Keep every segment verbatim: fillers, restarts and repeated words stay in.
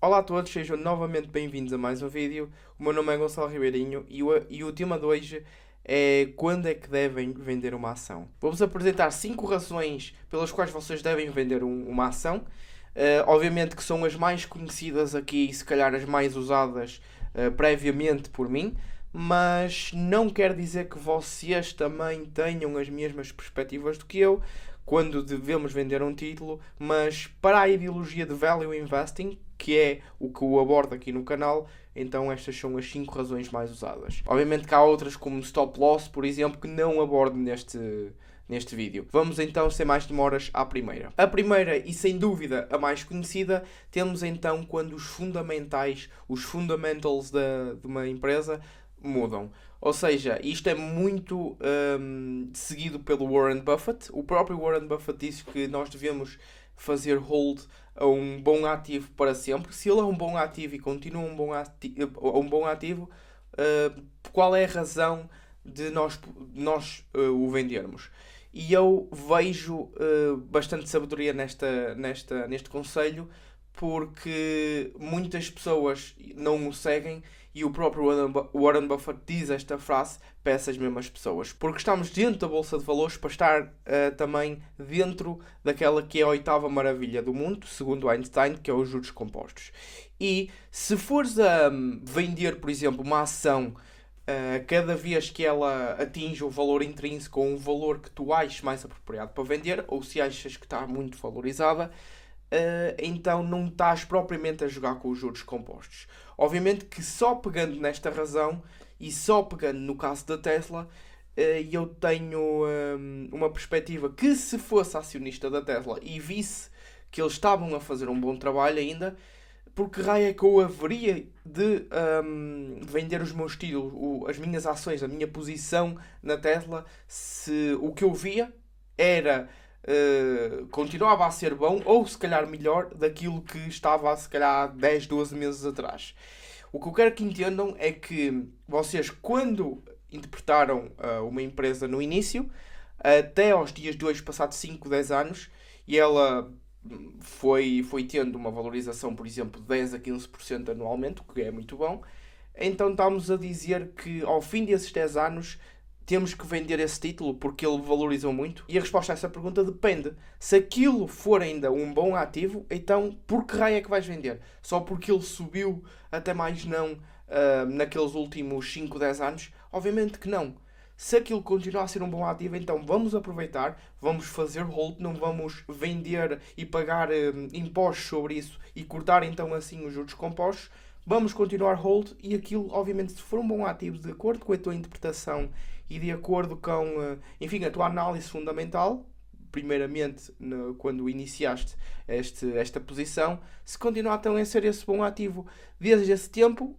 Olá a todos, sejam novamente bem-vindos a mais um vídeo. O meu nome é Gonçalo Ribeirinho e o, e o tema de hoje é quando é que devem vender uma ação. Vou-vos apresentar cinco razões pelas quais vocês devem vender um, uma ação. Uh, obviamente que são as mais conhecidas aqui e se calhar as mais usadas uh, previamente por mim, mas não quer dizer que vocês também tenham as mesmas perspectivas do que eu quando devemos vender um título, mas para a ideologia de Value Investing, que é o que eu abordo aqui no canal, então estas são as cinco razões mais usadas. Obviamente que há outras como Stop Loss, por exemplo, que não abordo neste, neste vídeo. Vamos então, sem mais demoras, à primeira. A primeira, e sem dúvida a mais conhecida, temos então quando os fundamentais, os fundamentals da, de uma empresa mudam. Ou seja, isto é muito um, seguido pelo Warren Buffett. O próprio Warren Buffett disse que nós devemos fazer hold a um bom ativo para sempre. Se ele é um bom ativo e continua um bom ativo, um bom ativo uh, qual é a razão de nós, nós uh, o vendermos? E eu vejo uh, bastante sabedoria nesta, nesta, neste conselho, porque muitas pessoas não o seguem e o próprio Warren Buffett diz esta frase para essas mesmas pessoas. Porque estamos dentro da Bolsa de Valores para estar uh, também dentro daquela que é a oitava maravilha do mundo, segundo Einstein, que é os juros compostos. E se fores a um, vender, por exemplo, uma ação uh, cada vez que ela atinge o valor intrínseco ou um valor que tu achas mais apropriado para vender, ou se achas que está muito valorizada, Uh, então não estás propriamente a jogar com os juros compostos. Obviamente que só pegando nesta razão e só pegando no caso da Tesla, uh, eu tenho um, uma perspectiva que, se fosse acionista da Tesla e visse que eles estavam a fazer um bom trabalho ainda, porque raio é que eu haveria de um, vender os meus títulos, o, as minhas ações, a minha posição na Tesla, se o que eu via era Uh, continuava a ser bom, ou se calhar melhor, daquilo que estava se calhar há dez, doze meses atrás. O que eu quero que entendam é que vocês, quando interpretaram uh, uma empresa no início, até aos dias de hoje, passados cinco, dez anos, e ela foi, foi tendo uma valorização, por exemplo, de dez a quinze por cento anualmente, o que é muito bom, então estamos a dizer que ao fim desses dez anos temos que vender esse título porque ele valorizou muito? E a resposta a essa pergunta depende. Se aquilo for ainda um bom ativo, então por que raio é que vais vender? Só porque ele subiu até mais não uh, naqueles últimos cinco, dez anos? Obviamente que não. Se aquilo continuar a ser um bom ativo, então vamos aproveitar, vamos fazer hold, não vamos vender e pagar uh, impostos sobre isso e cortar então assim os juros compostos. Vamos continuar hold e aquilo, obviamente, se for um bom ativo de acordo com a tua interpretação e de acordo com, enfim, a tua análise fundamental, primeiramente quando iniciaste este, esta posição, se continuar então a ser esse bom ativo desde esse tempo,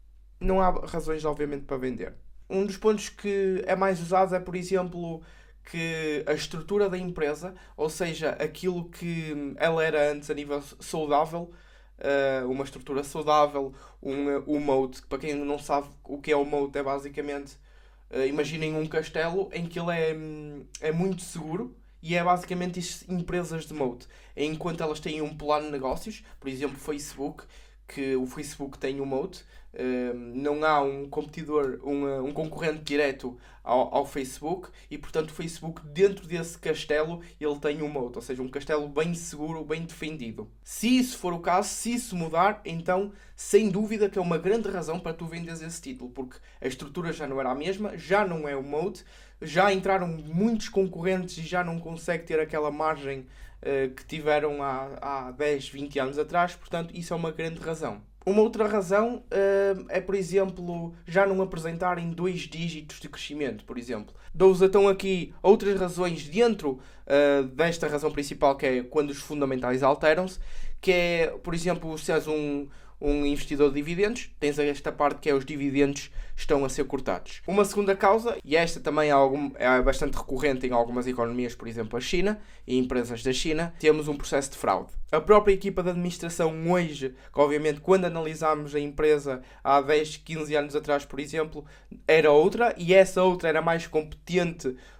não há razões, obviamente, para vender. Um dos pontos que é mais usado é, por exemplo, que a estrutura da empresa, ou seja, aquilo que ela era antes a nível saudável, Uh, uma estrutura saudável, um, um moat, para quem não sabe o que é o moat, é basicamente, uh, imaginem um castelo em que ele é, é muito seguro e é basicamente isto, empresas de moat, enquanto elas têm um plano de negócios, por exemplo, Facebook, que o Facebook tem um moat, uh, não há um competidor, um, um concorrente direto ao, ao Facebook e, portanto, o Facebook, dentro desse castelo, ele tem um moat, ou seja, um castelo bem seguro, bem defendido. Se isso for o caso, se isso mudar, então, sem dúvida que é uma grande razão para tu venderes esse título, porque a estrutura já não era a mesma, já não é o moat, já entraram muitos concorrentes e já não consegue ter aquela margem uh, que tiveram há, há dez, vinte anos atrás, portanto, isso é uma grande razão. Uma outra razão uh, é, por exemplo, já não apresentarem dois dígitos de crescimento, por exemplo. Dou-vos então aqui outras razões dentro uh, desta razão principal, que é quando os fundamentais alteram-se, que é, por exemplo, se és um, um investidor de dividendos, tens esta parte que é os dividendos estão a ser cortados. Uma segunda causa, e esta também é, algum, é bastante recorrente em algumas economias, por exemplo a China e empresas da China, temos um processo de fraude. A própria equipa de administração hoje, que obviamente quando analisámos a empresa há dez, quinze anos atrás, por exemplo, era outra, e essa outra era mais competente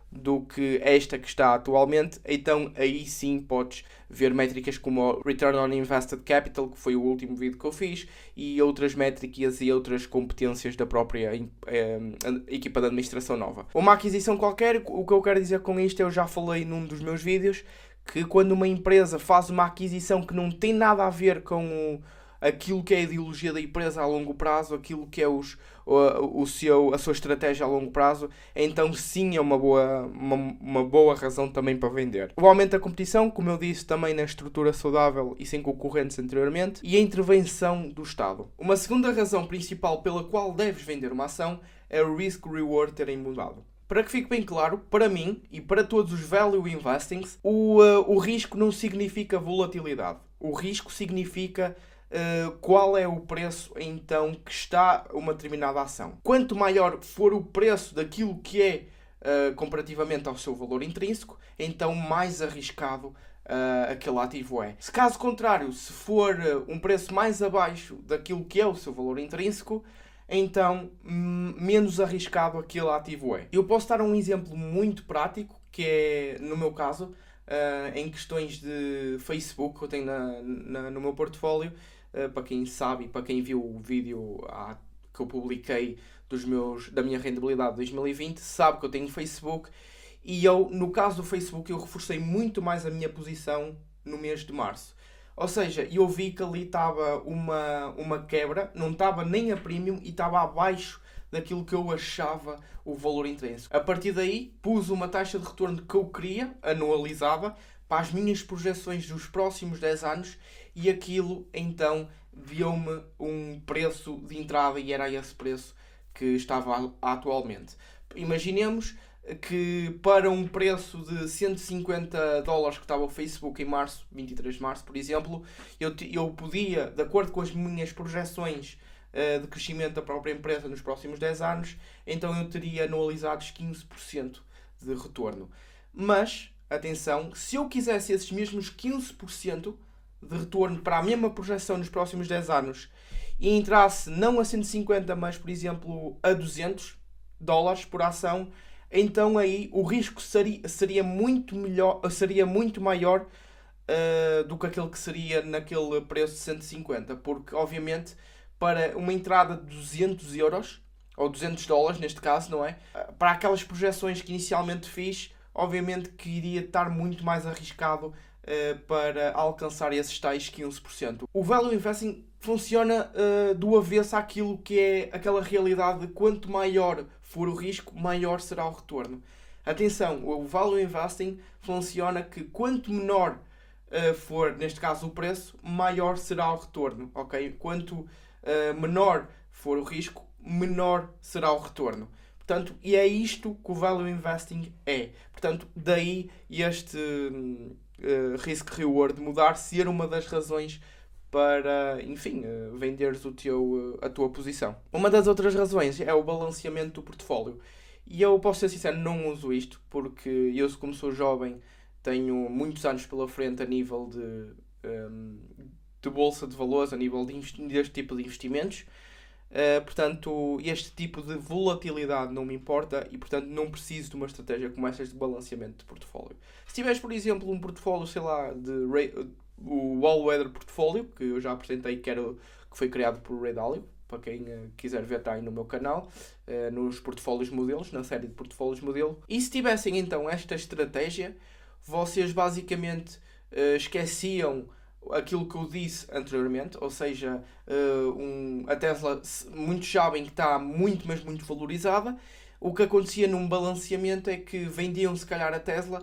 do que esta que está atualmente, então aí sim podes ver métricas como o Return on Invested Capital, que foi o último vídeo que eu fiz, e outras métricas e outras competências da própria eh, equipa de administração nova. Uma aquisição qualquer, o que eu quero dizer com isto, eu já falei num dos meus vídeos, que quando uma empresa faz uma aquisição que não tem nada a ver com o, aquilo que é a ideologia da empresa a longo prazo, aquilo que é os, o, o seu, a sua estratégia a longo prazo, então sim é uma boa, uma, uma boa razão também para vender. O aumento da competição, como eu disse, também na estrutura saudável e sem concorrentes anteriormente, e a intervenção do Estado. Uma segunda razão principal pela qual deves vender uma ação é o risk-reward terem mudado. Para que fique bem claro, para mim e para todos os value investings, o, uh, o risco não significa volatilidade. O risco significa uh, qual é o preço então que está uma determinada ação. Quanto maior for o preço daquilo que é uh, comparativamente ao seu valor intrínseco, então mais arriscado uh, aquele ativo é. Se caso contrário, se for uh, um preço mais abaixo daquilo que é o seu valor intrínseco, então menos arriscado aquele ativo é. Eu posso dar um exemplo muito prático, que é, no meu caso, uh, em questões de Facebook, que eu tenho na, na, no meu portfólio, uh, para quem sabe e para quem viu o vídeo ah, que eu publiquei dos meus, da minha rentabilidade de dois mil e vinte, sabe que eu tenho Facebook, e eu, no caso do Facebook, eu reforcei muito mais a minha posição no mês de março. Ou seja, eu vi que ali estava uma, uma quebra, não estava nem a premium e estava abaixo daquilo que eu achava o valor intrínseco. A partir daí, pus uma taxa de retorno que eu queria, anualizada, para as minhas projeções dos próximos dez anos, e aquilo, então, deu-me um preço de entrada e era esse preço que estava atualmente. Imaginemos que para um preço de cento e cinquenta dólares que estava o Facebook em março, vinte e três de março, por exemplo, eu, eu podia, de acordo com as minhas projeções uh, de crescimento da própria empresa nos próximos dez anos, então eu teria anualizados quinze por cento de retorno. Mas, atenção, se eu quisesse esses mesmos quinze por cento de retorno para a mesma projeção nos próximos dez anos e entrasse não a cento e cinquenta, mas, por exemplo, a duzentos dólares por ação, então aí o risco seria, seria, muito, melhor, seria muito maior uh, do que aquele que seria naquele preço de cento e cinquenta, porque obviamente para uma entrada de duzentos euros, ou duzentos dólares neste caso, não é? Para aquelas projeções que inicialmente fiz, obviamente que iria estar muito mais arriscado uh, para alcançar esses tais quinze por cento. O Value Investing funciona uh, do avesso àquilo que é aquela realidade de quanto maior for o risco, maior será o retorno. Atenção, o Value Investing funciona que quanto menor uh, for, neste caso, o preço, maior será o retorno. Okay? Quanto uh, menor for o risco, menor será o retorno. Portanto, e é isto que o Value Investing é. Portanto, daí este uh, risk-reward mudar ser uma das razões para, enfim, venderes o teu, a tua posição. Uma das outras razões é o balanceamento do portfólio. E eu posso ser sincero, não uso isto, porque eu, como sou jovem, tenho muitos anos pela frente a nível de, um, de bolsa de valores, a nível de, deste tipo de investimentos. Uh, portanto, este tipo de volatilidade não me importa e, portanto, não preciso de uma estratégia como esta de balanceamento de portfólio. Se tiveres, por exemplo, um portfólio, sei lá, de o All Weather Portfólio, que eu já apresentei, que, era, que foi criado por Ray Dalio, para quem uh, quiser ver, está aí no meu canal, uh, nos portfólios modelos, na série de portfólios modelo. E se tivessem então esta estratégia, vocês basicamente uh, esqueciam aquilo que eu disse anteriormente, ou seja, uh, um, a Tesla, muitos sabem que está muito, mas muito valorizada. O que acontecia num balanceamento é que vendiam se calhar a Tesla,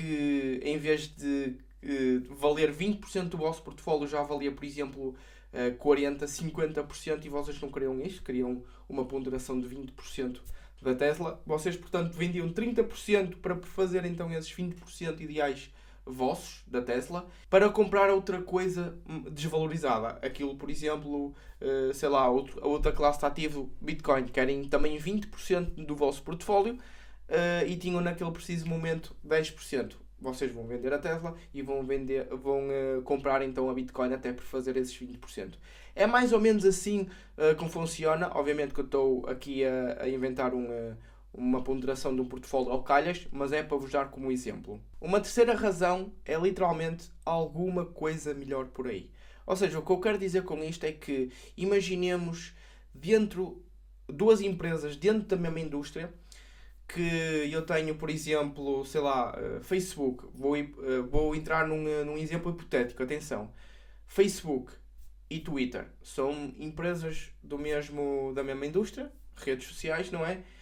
que em vez de uh, valer vinte por cento do vosso portfólio já valia, por exemplo, uh, quarenta por cento, cinquenta por cento, e vocês não queriam isto, queriam uma ponderação de vinte por cento da Tesla. Vocês, portanto, vendiam trinta por cento para fazer então esses vinte por cento ideais vossos da Tesla para comprar outra coisa desvalorizada. Aquilo, por exemplo, uh, sei lá, outro, a outra classe de ativo, Bitcoin, querem também vinte por cento do vosso portfólio uh, e tinham naquele preciso momento dez por cento. Vocês vão vender a Tesla e vão, vender, vão uh, comprar então a Bitcoin até por fazer esses vinte por cento. É mais ou menos assim uh, como funciona. Obviamente que eu estou aqui a, a inventar um, uh, uma ponderação de um portfólio ao calhas, mas é para vos dar como exemplo. Uma terceira razão é literalmente alguma coisa melhor por aí. Ou seja, o que eu quero dizer com isto é que imaginemos dentro duas empresas dentro da mesma indústria, que eu tenho, por exemplo, sei lá, Facebook. Vou, vou entrar num, num exemplo hipotético, atenção. Facebook e Twitter são empresas do mesmo, da mesma indústria, redes sociais, não é?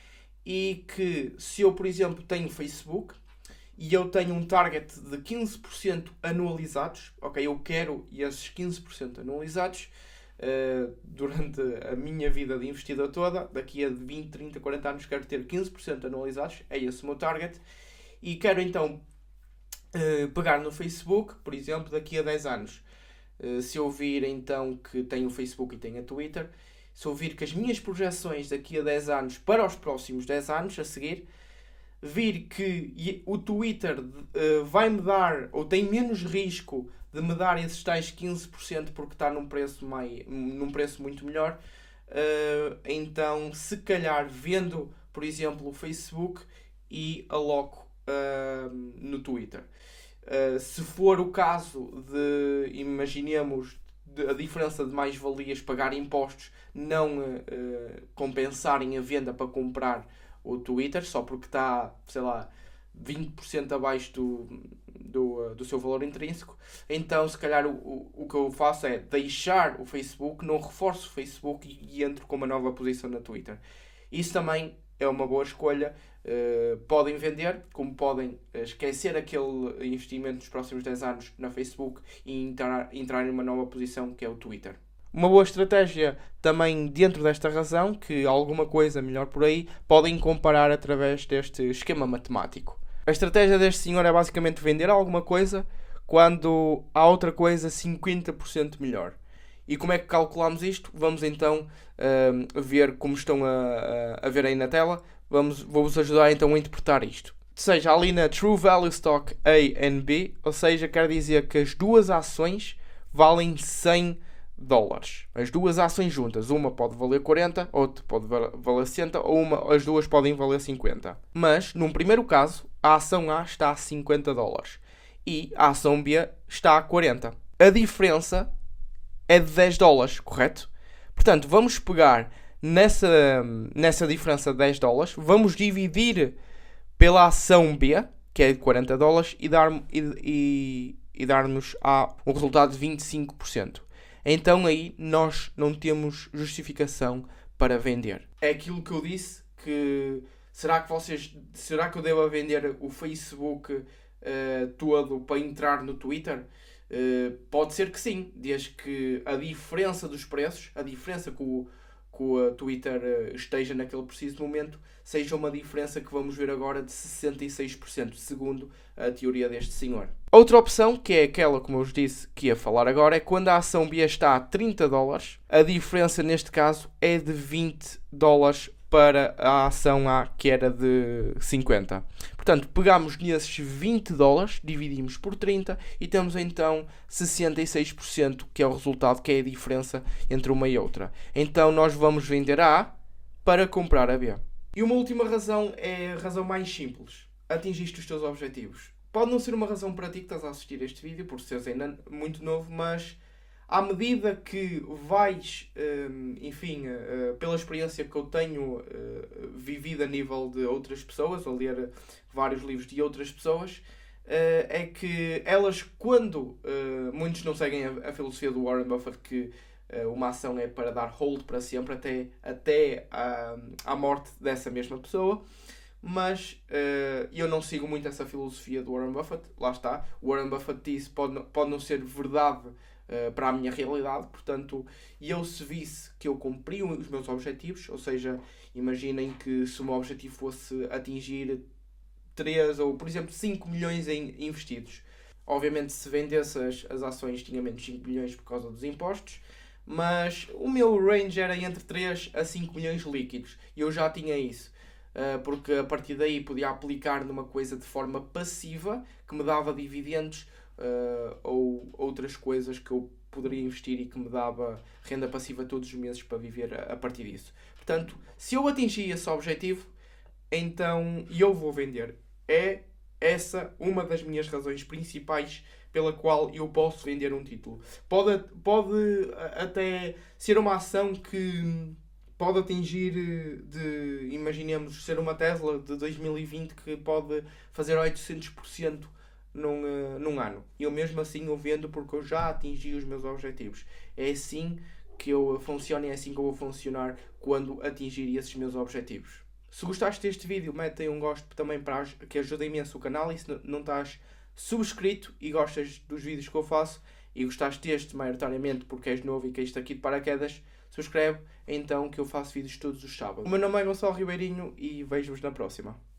E que se eu, por exemplo, tenho Facebook e eu tenho um target de quinze por cento anualizados, ok, eu quero esses quinze por cento anualizados uh, durante a minha vida de investidor toda, daqui a vinte, trinta, quarenta anos quero ter quinze por cento anualizados, é esse o meu target, e quero então uh, pegar no Facebook, por exemplo, daqui a dez anos. Uh, se eu vir então que tenho o Facebook e tenho a Twitter, se eu vir que as minhas projeções daqui a dez anos para os próximos dez anos a seguir, vir que o Twitter uh, vai-me dar, ou tem menos risco de me dar esses tais quinze por cento porque está num preço, mais, num preço muito melhor, uh, então se calhar vendo, por exemplo, o Facebook e aloco uh, no Twitter. Uh, se for o caso de, imaginemos, de, a diferença de mais-valias, pagar impostos, não uh, compensarem a venda para comprar o Twitter, só porque está, sei lá, vinte por cento abaixo do, do, do seu valor intrínseco, então se calhar o, o, o que eu faço é deixar o Facebook, não reforço o Facebook e, e entro com uma nova posição na Twitter. Isso também é uma boa escolha. Uh, podem vender, como podem esquecer aquele investimento nos próximos dez anos na Facebook e entrar, entrar em uma nova posição que é o Twitter. Uma boa estratégia também dentro desta razão, que alguma coisa melhor por aí, podem comparar através deste esquema matemático. A estratégia deste senhor é basicamente vender alguma coisa quando há outra coisa cinquenta por cento melhor. E como é que calculamos isto? Vamos então uh, ver como estão a, a, a ver aí na tela. Vamos, vou-vos ajudar então a interpretar isto. Ou seja, ali na True Value Stock A e B, ou seja, quer dizer que as duas ações valem cem dólares. As duas ações juntas, uma pode valer quarenta, outra pode valer sessenta, ou uma, as duas podem valer cinquenta. Mas, num primeiro caso, a ação A está a cinquenta dólares e a ação B está a quarenta. A diferença é de dez dólares, correto? Portanto, vamos pegar nessa, nessa diferença de dez dólares, vamos dividir pela ação B, que é de quarenta dólares, e, dar, e, e, e dar-nos a, um resultado de vinte e cinco por cento. Então aí nós não temos justificação para vender. É aquilo que eu disse, que será que vocês, será que eu devo vender o Facebook uh, todo para entrar no Twitter? Uh, pode ser que sim, desde que a diferença dos preços, a diferença que o, que o Twitter uh, esteja naquele preciso momento, seja uma diferença que vamos ver agora de sessenta e seis por cento, segundo a teoria deste senhor. Outra opção, que é aquela, como eu vos disse, que ia falar agora, é quando a ação B está a trinta dólares, a diferença neste caso é de vinte dólares para a ação A, que era de cinquenta. Portanto, pegamos nesses vinte dólares, dividimos por trinta e temos então sessenta e seis por cento, que é o resultado, que é a diferença entre uma e outra. Então nós vamos vender a A para comprar a B. E uma última razão é a razão mais simples. Atingiste os teus objetivos. Pode não ser uma razão para ti que estás a assistir este vídeo, por seres ainda muito novo, mas à medida que vais, enfim, pela experiência que eu tenho vivido a nível de outras pessoas, ou ler vários livros de outras pessoas, é que elas, quando muitos não seguem a filosofia do Warren Buffett, que uma ação é para dar hold para sempre, até, até à, à morte dessa mesma pessoa, mas uh, eu não sigo muito essa filosofia do Warren Buffett, lá está, o Warren Buffett disse, pode, pode não ser verdade uh, para a minha realidade, portanto, eu se visse que eu cumpri os meus objetivos, ou seja, imaginem que se o meu objetivo fosse atingir três ou, por exemplo, cinco milhões em investidos, obviamente se vendesse as, as ações tinha menos cinco milhões por causa dos impostos, mas o meu range era entre três a cinco milhões líquidos, e eu já tinha isso. Porque a partir daí podia aplicar numa coisa de forma passiva que me dava dividendos uh, ou outras coisas que eu poderia investir e que me dava renda passiva todos os meses para viver a, a partir disso. Portanto, se eu atingi esse objetivo, então eu vou vender. É essa uma das minhas razões principais pela qual eu posso vender um título. Pode, pode até ser uma ação que pode atingir de, imaginemos, ser uma Tesla de dois mil e vinte que pode fazer oitocentos por cento num, uh, num ano. Eu mesmo assim eu vendo porque eu já atingi os meus objetivos. É assim que eu funciono e é assim que eu vou funcionar quando atingir esses meus objetivos. Se gostaste deste vídeo, mete aí um gosto também para que ajuda imenso o canal, e se não estás subscrito e gostas dos vídeos que eu faço e gostaste deste maioritariamente porque és novo e caíste aqui de paraquedas, subscreve então que eu faço vídeos todos os sábados. O meu nome é Gonçalo Ribeirinho e vejo-vos na próxima.